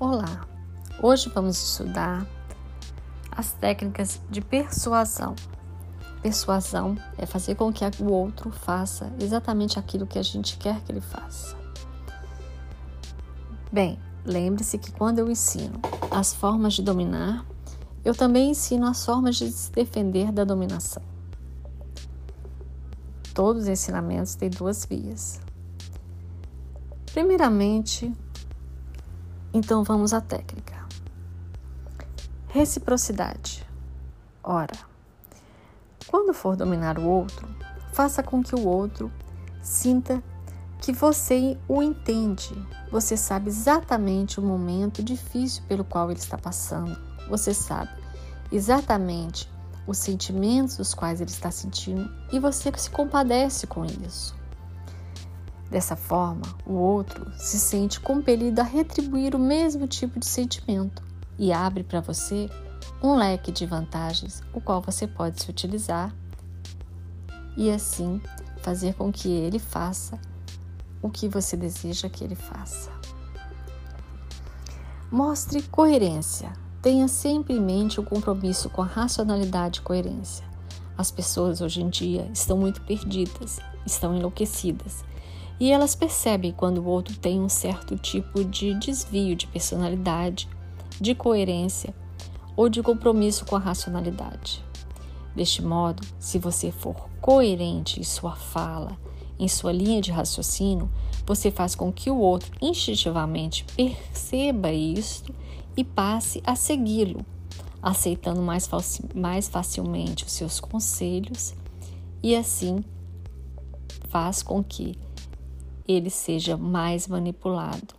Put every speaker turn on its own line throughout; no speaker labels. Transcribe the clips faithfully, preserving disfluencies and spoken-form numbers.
Olá, hoje vamos estudar as técnicas de persuasão. Persuasão é fazer com que o outro faça exatamente aquilo que a gente quer que ele faça. Bem, lembre-se que quando eu ensino as formas de dominar, eu também ensino as formas de se defender da dominação. Todos os ensinamentos têm duas vias. Primeiramente, então vamos à técnica. Reciprocidade. Ora, quando for dominar o outro, faça com que o outro sinta que você o entende. Você sabe exatamente o momento difícil pelo qual ele está passando. Você sabe exatamente os sentimentos dos quais ele está sentindo e você se compadece com isso. Dessa forma, o outro se sente compelido a retribuir o mesmo tipo de sentimento e abre para você um leque de vantagens, o qual você pode se utilizar e assim fazer com que ele faça o que você deseja que ele faça. Mostre coerência. Tenha sempre em mente o compromisso com a racionalidade e coerência. As pessoas hoje em dia estão muito perdidas, estão enlouquecidas. E elas percebem quando o outro tem um certo tipo de desvio de personalidade, de coerência ou de compromisso com a racionalidade. Deste modo, se você for coerente em sua fala, em sua linha de raciocínio, você faz com que o outro instintivamente perceba isto e passe a segui-lo, aceitando mais, faci- mais facilmente os seus conselhos e assim faz com que ele seja mais manipulado.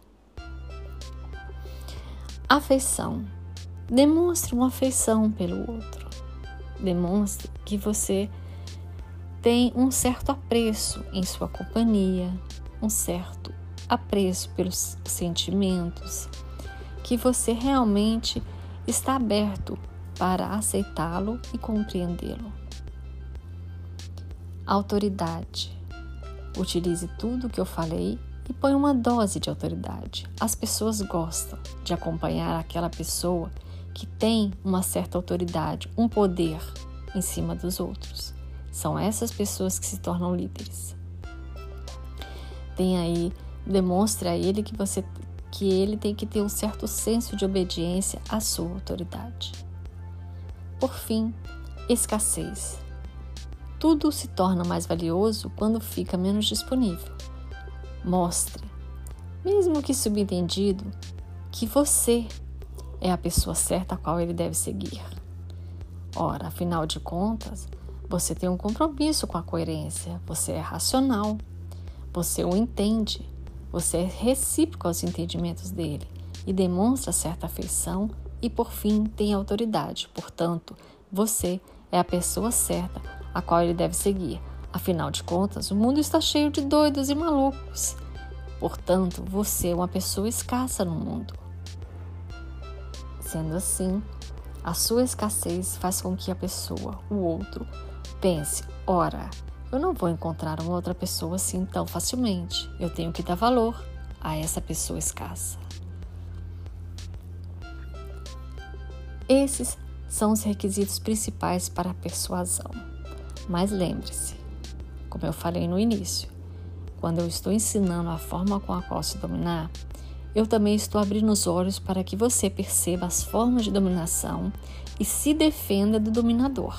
Afeição. Demonstre uma afeição pelo outro. Demonstre que você tem um certo apreço em sua companhia, um certo apreço pelos sentimentos, que você realmente está aberto para aceitá-lo e compreendê-lo. Autoridade. Utilize tudo o que eu falei e põe uma dose de autoridade. As pessoas gostam de acompanhar aquela pessoa que tem uma certa autoridade, um poder em cima dos outros. São essas pessoas que se tornam líderes. Tem aí, demonstre a ele que, você, que ele tem que ter um certo senso de obediência à sua autoridade. Por fim, escassez. Tudo se torna mais valioso quando fica menos disponível. Mostre, mesmo que subentendido, que você é a pessoa certa a qual ele deve seguir. Ora, afinal de contas, você tem um compromisso com a coerência, você é racional, você o entende, você é recíproco aos entendimentos dele e demonstra certa afeição e, por fim, tem autoridade. Portanto, você é a pessoa certa a qual ele deve seguir. Afinal de contas, o mundo está cheio de doidos e malucos. Portanto, você é uma pessoa escassa no mundo. Sendo assim, a sua escassez faz com que a pessoa, o outro, pense: ora, eu não vou encontrar uma outra pessoa assim tão facilmente. Eu tenho que dar valor a essa pessoa escassa. Esses são os requisitos principais para a persuasão. Mas lembre-se, como eu falei no início, quando eu estou ensinando a forma com a qual se dominar, eu também estou abrindo os olhos para que você perceba as formas de dominação e se defenda do dominador.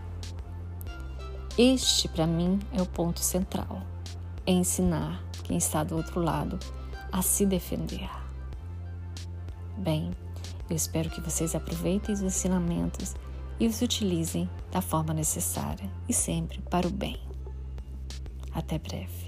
Este, para mim, é o ponto central, é ensinar quem está do outro lado a se defender. Bem, eu espero que vocês aproveitem os ensinamentos e os utilizem da forma necessária e sempre para o bem. Até breve.